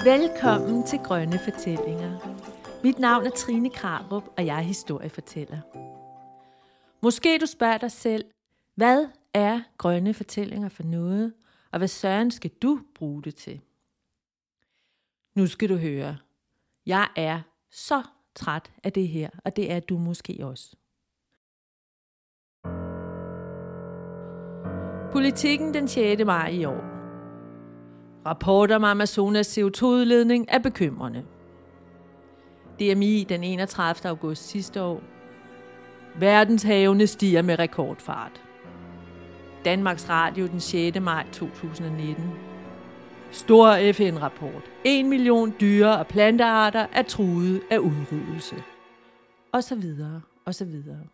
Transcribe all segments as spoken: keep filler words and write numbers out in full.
Velkommen til Grønne Fortællinger. Mit navn er Trine Krarup, og jeg er historiefortæller. Måske du spørger dig selv, hvad er grønne fortællinger for noget, og hvad søren skal du bruge det til? Nu skal du høre. Jeg er så træt af det her, og det er du måske også. Politikken den sjette maj i år. Rapporter om Amazonas C O to udledning er bekymrende. D M I den enogtredivte august sidste år. Verdenshavene stiger med rekordfart. Danmarks Radio den sjette maj to tusind og nitten. Stor F N-rapport. En million dyre- og plantearter er truet af udryddelse. Og så videre, og så videre.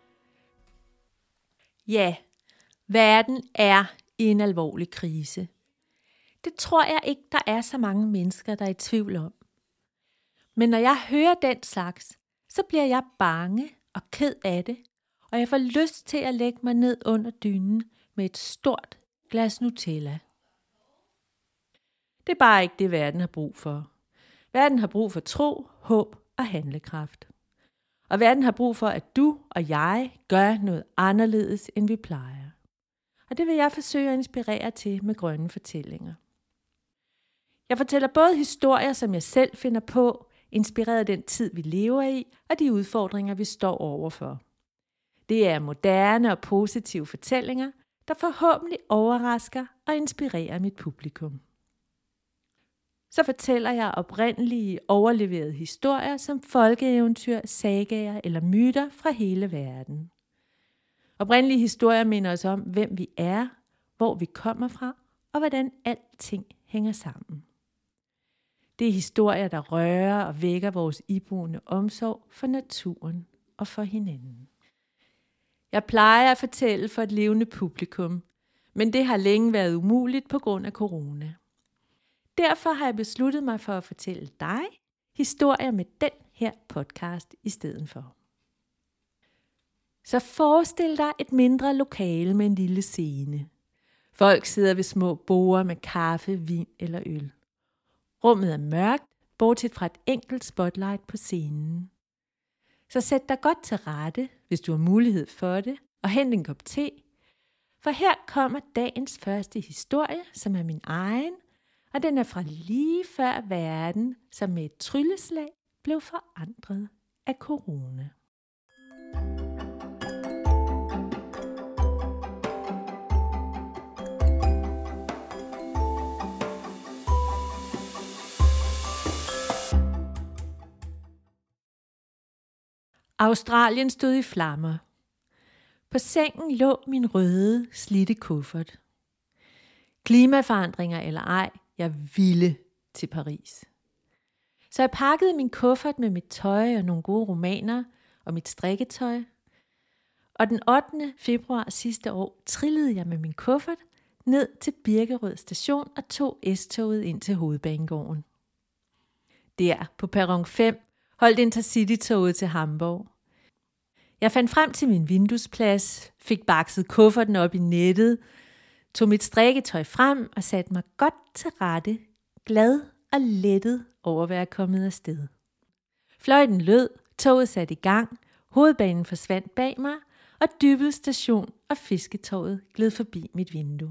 Ja, verden er i en alvorlig krise. Det tror jeg ikke, der er så mange mennesker, der er i tvivl om. Men når jeg hører den slags, så bliver jeg bange og ked af det, og jeg får lyst til at lægge mig ned under dynen med et stort glas Nutella. Det er bare ikke det, verden har brug for. Verden har brug for tro, håb og handlekraft. Og verden har brug for, at du og jeg gør noget anderledes, end vi plejer. Og det vil jeg forsøge at inspirere til med grønne fortællinger. Jeg fortæller både historier, som jeg selv finder på, inspireret af den tid, vi lever i, og de udfordringer, vi står overfor. Det er moderne og positive fortællinger, der forhåbentlig overrasker og inspirerer mit publikum. Så fortæller jeg oprindelige, overleverede historier som folkeeventyr, sagaer eller myter fra hele verden. Oprindelige historier minder os om, hvem vi er, hvor vi kommer fra, og hvordan alting hænger sammen. Det er historier, der rører og vækker vores iboende omsorg for naturen og for hinanden. Jeg plejer at fortælle for et levende publikum, men det har længe været umuligt på grund af corona. Derfor har jeg besluttet mig for at fortælle dig historier med den her podcast i stedet for. Så forestil dig et mindre lokale med en lille scene. Folk sidder ved små borde med kaffe, vin eller øl. Rummet er mørkt, bortset fra et enkelt spotlight på scenen. Så sæt dig godt til rette, hvis du har mulighed for det, og hent en kop te. For her kommer dagens første historie, som er min egen, og den er fra lige før verden, som med et trylleslag blev forandret af corona. Australien stod i flammer. På sengen lå min røde, slidte kuffert. Klimaforandringer eller ej, jeg ville til Paris. Så jeg pakkede min kuffert med mit tøj og nogle gode romaner og mit strikketøj. Og den ottende februar sidste år trillede jeg med min kuffert ned til Birkerød station og tog S-toget ind til Hovedbanegården. Der på perron fem holdt Intercity-toget til Hamburg. Jeg fandt frem til min vinduesplads, fik bakset kufferten op i nettet, tog mit strikketøj frem og satte mig godt til rette, glad og lettet over at være kommet afsted. Fløjten lød, toget satte i gang, hovedbanen forsvandt bag mig, og Dybbøl station og Fisketorvet gled forbi mit vindue.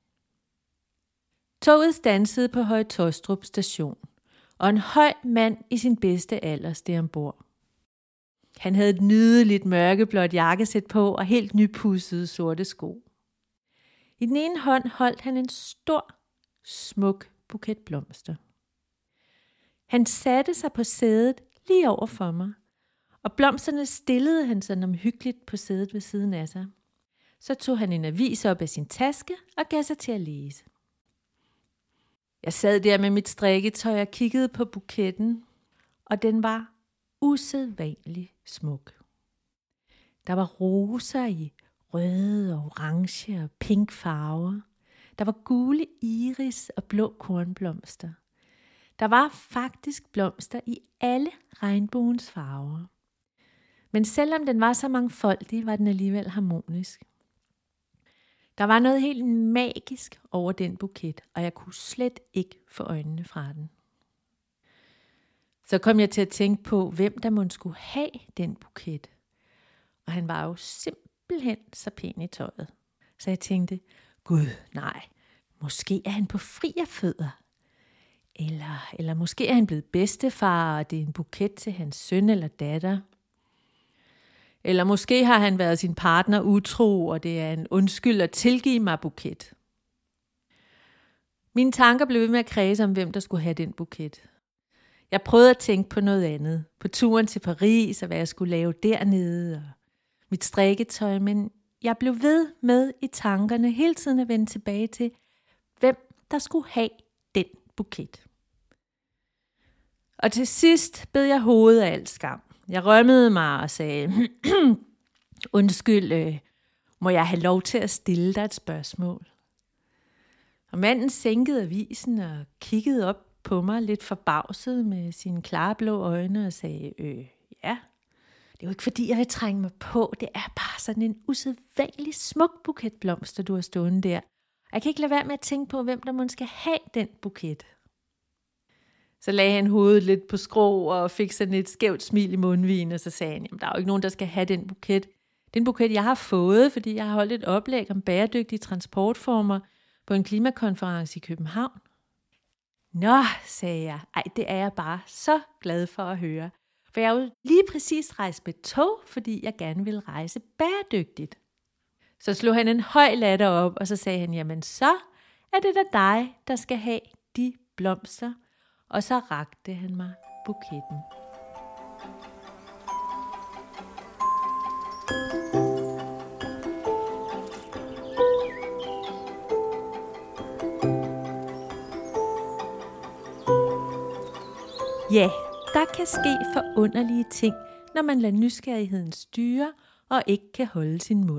Toget standsede på Høje Taastrup station, og en høj mand i sin bedste alder steg ombord. Han havde et nydeligt mørkeblåt jakkesæt på og helt nypudsede sorte sko. I den ene hånd holdt han en stor, smuk buket blomster. Han satte sig på sædet lige over for mig, og blomsterne stillede han sådan omhyggeligt på sædet ved siden af sig. Så tog han en avis op af sin taske og gav sig til at læse. Jeg sad der med mit strikketøj og kiggede på buketten, og den var usædvanlig smuk. Der var roser i røde og orange og pink farver. Der var gule iris og blå kornblomster. Der var faktisk blomster i alle regnbuens farver. Men selvom den var så mangfoldig, var den alligevel harmonisk. Der var noget helt magisk over den buket, og jeg kunne slet ikke få øjnene fra den. Så kom jeg til at tænke på, hvem der måtte skulle have den buket. Og han var jo simpelthen så pæn i tøjet. Så jeg tænkte, gud nej, måske er han på frierfødder. Eller, eller måske er han blevet bedstefar, og det er en buket til hans søn eller datter. Eller måske har han været sin partner utro, og det er en undskyld at tilgive mig buket. Mine tanker blev ved med at kredse om, hvem der skulle have den buket. Jeg prøvede at tænke på noget andet. På turen til Paris, og hvad jeg skulle lave dernede, og mit strikketøj. Men jeg blev ved med i tankerne hele tiden at vende tilbage til, hvem der skulle have den buket. Og til sidst bed jeg hovedet af al skam. Jeg rømmede mig og sagde, undskyld, øh, må jeg have lov til at stille dig et spørgsmål? Og manden sænkede avisen og kiggede op på mig lidt forbavset med sine klare blå øjne og sagde, øh, ja, det er jo ikke fordi, jeg vil trænge mig på. Det er bare sådan en usædvanlig smuk buket blomster, du har stående der. Jeg kan ikke lade være med at tænke på, hvem der måske skal have den buket. Så lagde han hovedet lidt på skrå og fik sådan et skævt smil i mundvigen, og så sagde han, jamen der er jo ikke nogen, der skal have den buket. Den buket, jeg har fået, fordi jeg har holdt et oplæg om bæredygtige transportformer på en klimakonference i København. Nå, sagde jeg, ej, det er jeg bare så glad for at høre. For jeg er jo lige præcis rejst med tog, fordi jeg gerne vil rejse bæredygtigt. Så slog han en høj latter op, og så sagde han, jamen så er det da dig, der skal have de blomster. Og så rakte han mig buketten. Ja, der kan ske forunderlige ting, når man lader nysgerrigheden styre og ikke kan holde sin mund.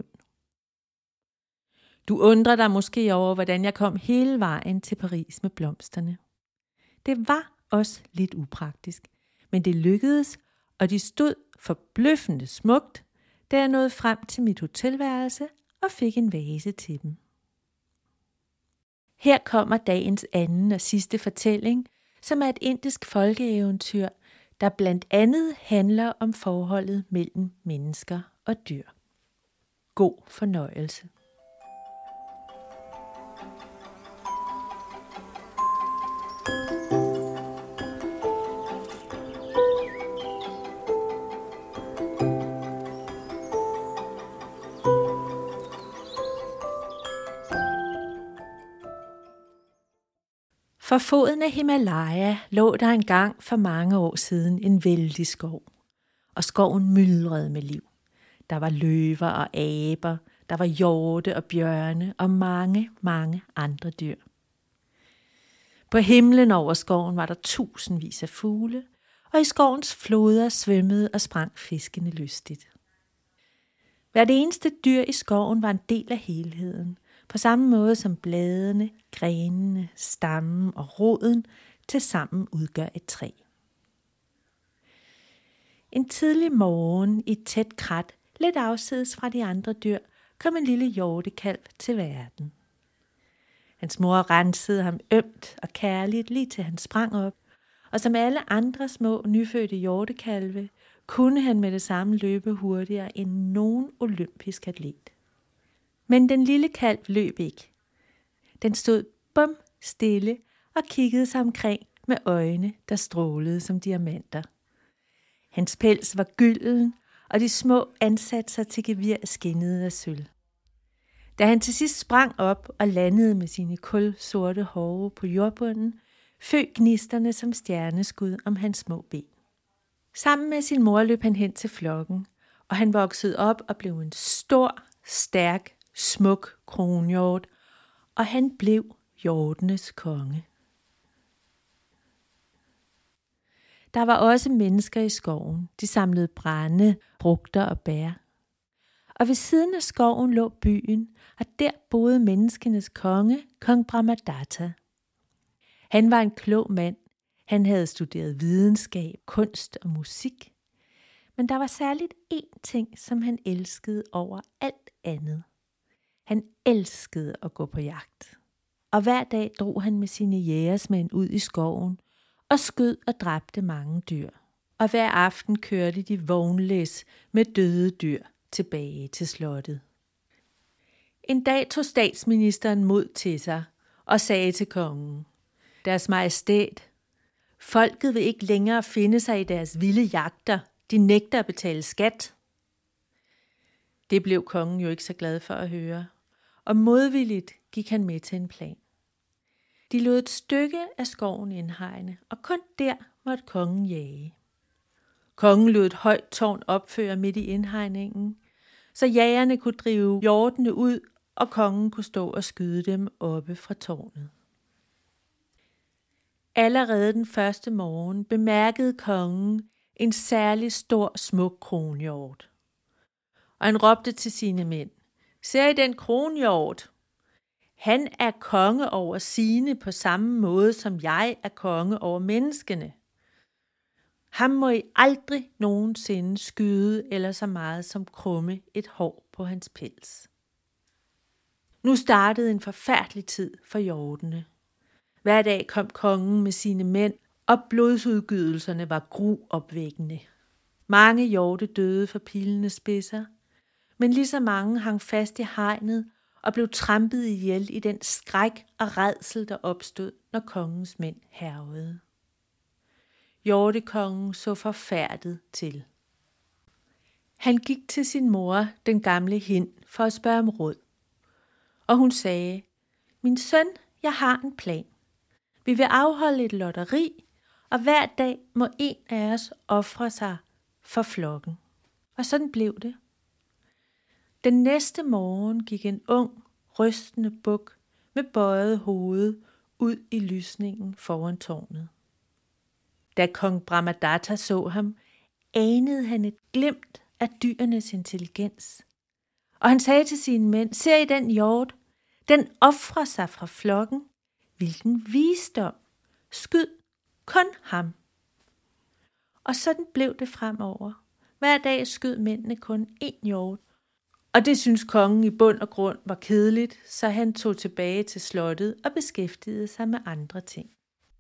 Du undrer dig måske over, hvordan jeg kom hele vejen til Paris med blomsterne. Det var også lidt upraktisk, men det lykkedes, og de stod forbløffende smukt, da jeg nåede frem til mit hotelværelse og fik en vase til dem. Her kommer dagens anden og sidste fortælling, som er et indisk folkeeventyr, der blandt andet handler om forholdet mellem mennesker og dyr. God fornøjelse. For foden af Himalaya lå der engang for mange år siden en vældig skov, og skoven myldrede med liv. Der var løver og aber, der var hjorte og bjørne og mange, mange andre dyr. På himlen over skoven var der tusindvis af fugle, og i skovens floder svømmede og sprang fiskene lystigt. Hvert eneste dyr i skoven var en del af helheden, på samme måde som bladene, grenene, stammen og roden tilsammen udgør et træ. En tidlig morgen i et tæt krat, lidt afsides fra de andre dyr, kom en lille hjortekalv til verden. Hans mor rensede ham ømt og kærligt lige til han sprang op, og som alle andre små nyfødte hjortekalve, kunne han med det samme løbe hurtigere end nogen olympisk atlet. Men den lille kalv løb ikke. Den stod bum stille og kiggede sig omkring med øjne, der strålede som diamanter. Hans pels var gylden, og de små ansatser til gevir skinnede af sølv. Da han til sidst sprang op og landede med sine kulsorte hove på jordbunden, føg gnisterne som stjerneskud om hans små ben. Sammen med sin mor løb han hen til flokken, og han voksede op og blev en stor, stærk, smuk kronhjort, og han blev hjortenes konge. Der var også mennesker i skoven. De samlede brænde, frugter og bær. Og ved siden af skoven lå byen, og der boede menneskenes konge, kong Brahmadatta. Han var en klog mand. Han havde studeret videnskab, kunst og musik. Men der var særligt én ting, som han elskede over alt andet. Han elskede at gå på jagt. Og hver dag drog han med sine jægersmænd ud i skoven og skød og dræbte mange dyr. Og hver aften kørte de vognlæs med døde dyr tilbage til slottet. En dag tog statsministeren mod til sig og sagde til kongen: Deres Majestæt, folket vil ikke længere finde sig i deres vilde jagter. De nægter at betale skat. Det blev kongen jo ikke så glad for at høre, og modvilligt gik han med til en plan. De lod et stykke af skoven indhegne, og kun der måtte kongen jage. Kongen lod et højt tårn opføre midt i indhegningen, så jægerne kunne drive hjortene ud, og kongen kunne stå og skyde dem oppe fra tårnet. Allerede den første morgen bemærkede kongen en særlig stor, smuk kronhjort. Og han råbte til sine mænd: Ser I den kronhjort? Han er konge over sine på samme måde, som jeg er konge over menneskene. Ham må I aldrig nogensinde skyde eller så meget som krumme et hår på hans pels. Nu startede en forfærdelig tid for hjortene. Hver dag kom kongen med sine mænd, og blodsudgydelserne var gruopvækkende. Mange hjorte døde for pilenes spidser, men lige så mange hang fast i hegnet og blev trampet ihjel i den skræk og rædsel, der opstod, når kongens mænd hærgede. Hjortekongen så forfærdet til. Han gik til sin mor, den gamle hind, for at spørge om råd. Og hun sagde: Min søn, jeg har en plan. Vi vil afholde et lotteri, og hver dag må en af os ofre sig for flokken. Og sådan blev det. Den næste morgen gik en ung, rystende buk med bøjet hoved ud i lysningen foran tårnet. Da kong Brahmadatta så ham, anede han et glimt af dyrenes intelligens. Og han sagde til sine mænd: Ser I den hjort? Den ofrer sig fra flokken. Hvilken visdom! Skyd kun ham. Og sådan blev det fremover. Hver dag skød mændene kun én hjort, og det synes kongen i bund og grund var kedeligt, så han tog tilbage til slottet og beskæftigede sig med andre ting.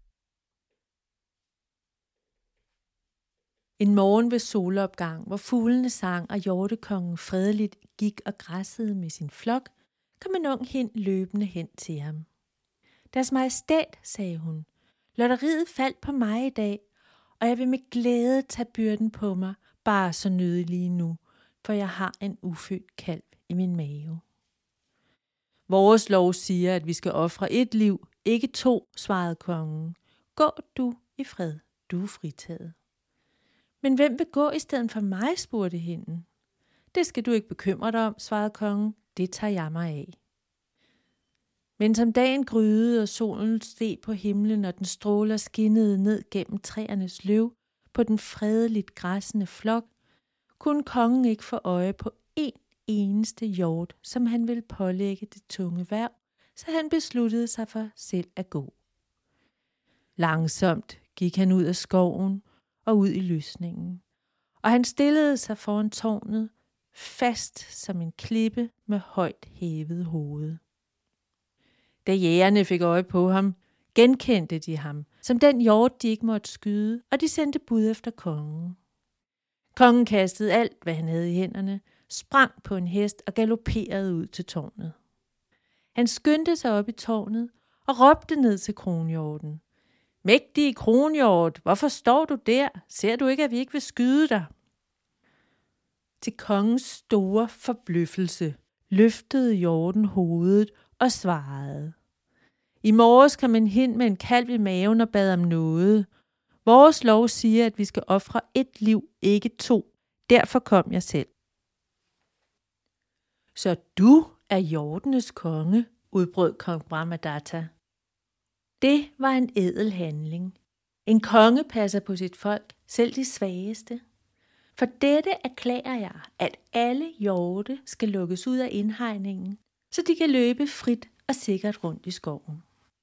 En morgen ved solopgang, hvor fuglene sang og hjortekongen fredeligt gik og græssede med sin flok, kom en ung hind løbende hen til ham. Deres Majestæt, sagde hun, lotteriet faldt på mig i dag, og jeg vil med glæde tage byrden på mig, bare så nødig lige nu, for jeg har en ufødt kalv i min mave. Vores lov siger, at vi skal ofre et liv, ikke to, svarede kongen. Gå du i fred, du er fritaget. Men hvem vil gå i stedet for mig, spurgte hinden. Det skal du ikke bekymre dig om, svarede kongen. Det tager jeg mig af. Men som dagen gryede, og solen steg på himlen, og den stråler skinnede ned gennem træernes løv på den fredeligt græssende flok, kunne kongen ikke få øje på en eneste hjort, som han ville pålægge det tunge hverv, så han besluttede sig for selv at gå. Langsomt gik han ud af skoven og ud i lysningen, og han stillede sig foran tårnet, fast som en klippe med højt hævet hoved. Da jægerne fik øje på ham, genkendte de ham som den hjort, de ikke måtte skyde, og de sendte bud efter kongen. Kongen kastede alt, hvad han havde i hænderne, sprang på en hest og galopperede ud til tårnet. Han skyndte sig op i tårnet og råbte ned til kronhjorten. Mægtige kronhjort, hvorfor står du der? Ser du ikke, at vi ikke vil skyde dig? Til kongens store forbløffelse løftede hjorten hovedet og svarede. I morges kom en hind med en kalv i maven og bad om noget. Vores lov siger, at vi skal ofre et liv, ikke to. Derfor kom jeg selv. Så du er hjortenes konge, udbrød kong Brahmadatta. Det var en ædel handling. En konge passer på sit folk, selv de svageste. For dette erklærer jeg, at alle hjorte skal lukkes ud af indhegningen, så de kan løbe frit og sikkert rundt i skoven.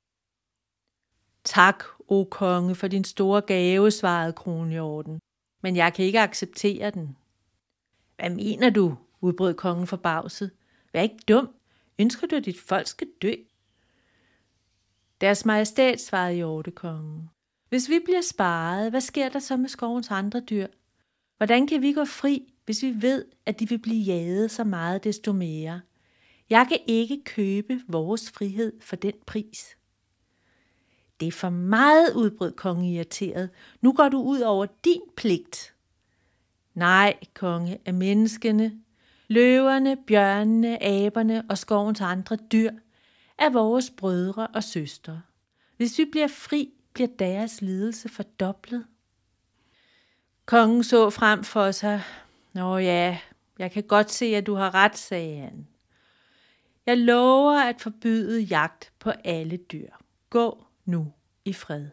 Tak, o konge, for din store gave, svarede kronhjorten, men jeg kan ikke acceptere den. Hvad mener du? Udbrød kongen forbavset. Vær ikke dum. Ønsker du, at dit folk skal dø? Deres Majestæt, svarede hjortekongen. Hvis vi bliver sparet, hvad sker der så med skovens andre dyr? Hvordan kan vi gå fri, hvis vi ved, at de vil blive jaget så meget desto mere? Jeg kan ikke købe vores frihed for den pris. Det er for meget, udbrød kongen irriteret. Nu går du ud over din pligt. Nej, konge, af menneskene, løverne, bjørnene, aberne og skovens andre dyr er vores brødre og søstre. Hvis vi bliver fri, bliver deres lidelse fordoblet. Kongen så frem for sig. Nå ja, jeg kan godt se, at du har ret, sagde han. Jeg lover at forbyde jagt på alle dyr. Gå nu i fred.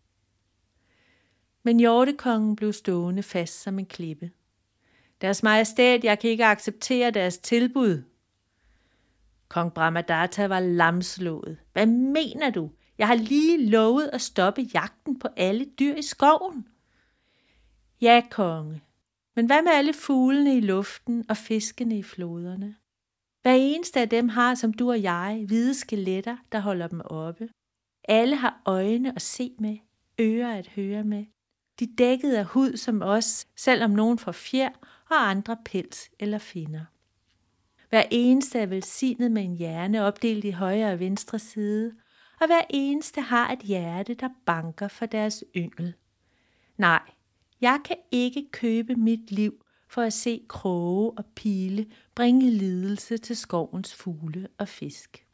Men hjortekongen blev stående fast som en klippe. Deres majestæt, jeg kan ikke acceptere deres tilbud. Kong Brahmadatta var lamslået. Hvad mener du? Jeg har lige lovet at stoppe jagten på alle dyr i skoven. Ja, konge. Men hvad med alle fuglene i luften og fiskene i floderne? Hver eneste af dem har, som du og jeg, hvide skeletter, der holder dem oppe. Alle har øjne at se med, ører at høre med. De er dækket af hud som os, selvom nogen får fjer og andre pels eller finner. Hver eneste er velsignet med en hjerne opdelt i højre og venstre side, og hver eneste har et hjerte, der banker for deres yngel. Nej, jeg kan ikke købe mit liv for at se kroge og pile bringe lidelse til skovens fugle og fisk.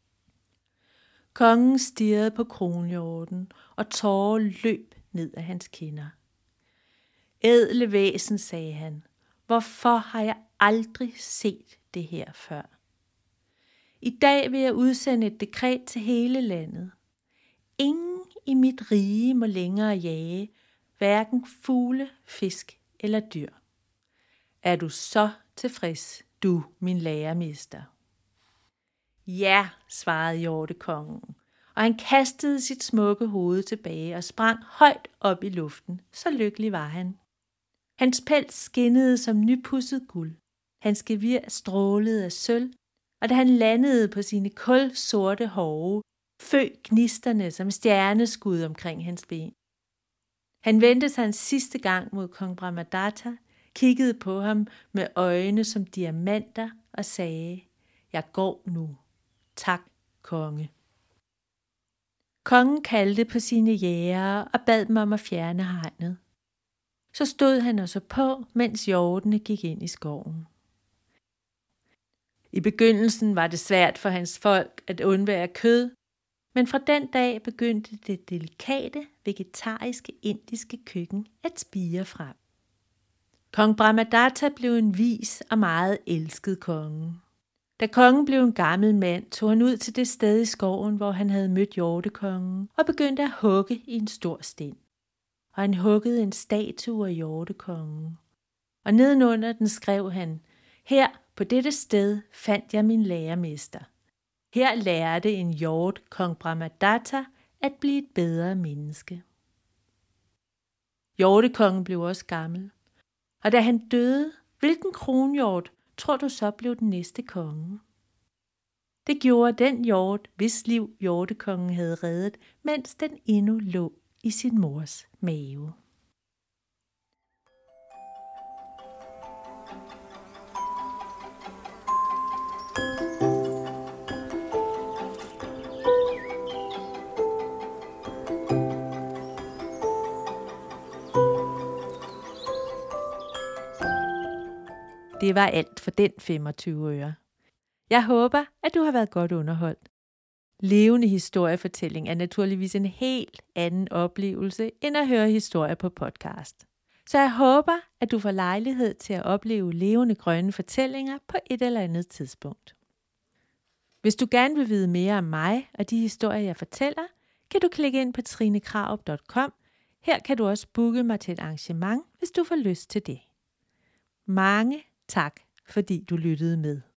Kongen stirrede på kronhjorten, og tårer løb ned af hans kinder. Ædle væsen, sagde han, hvorfor har jeg aldrig set det her før? I dag vil jeg udsende et dekret til hele landet. Ingen i mit rige må længere jage, hverken fugle, fisk eller dyr. Er du så tilfreds, du min lærermester? Ja, svarede hjortekongen, og han kastede sit smukke hoved tilbage og sprang højt op i luften, så lykkelig var han. Hans pels skinnede som nypudset guld, hans gevir strålede af sølv, og da han landede på sine kulsorte hove, føg gnisterne som stjerneskud omkring hans ben. Han vendte sig en sidste gang mod kong Brahmadatta, kiggede på ham med øjne som diamanter og sagde, jeg går nu. Tak, konge. Kongen kaldte på sine jægere og bad dem om at fjerne hegnet. Så stod han og så på, mens hjortene gik ind i skoven. I begyndelsen var det svært for hans folk at undvære kød, men fra den dag begyndte det delikate, vegetariske indiske køkken at spire frem. Kong Brahmadatta blev en vis og meget elsket konge. Da kongen blev en gammel mand, tog han ud til det sted i skoven, hvor han havde mødt hjortekongen, og begyndte at hugge i en stor sten. Og han huggede en statue af hjortekongen. Og nedenunder den skrev han, her på dette sted fandt jeg min lærermester. Her lærte en hjort, kong Brahmadatta, at blive et bedre menneske. Hjortekongen blev også gammel. Og da han døde, hvilken kronhjort tror du så blev den næste konge? Det gjorde den hjort, hvis liv hjortekongen havde reddet, mens den endnu lå i sin mors mave. Det var alt for den femogtyve øre. Jeg håber, at du har været godt underholdt. Levende historiefortælling er naturligvis en helt anden oplevelse, end at høre historier på podcast. Så jeg håber, at du får lejlighed til at opleve levende grønne fortællinger på et eller andet tidspunkt. Hvis du gerne vil vide mere om mig og de historier, jeg fortæller, kan du klikke ind på trine krarup punktum com. Her kan du også booke mig til et arrangement, hvis du får lyst til det. Mange tak, fordi du lyttede med.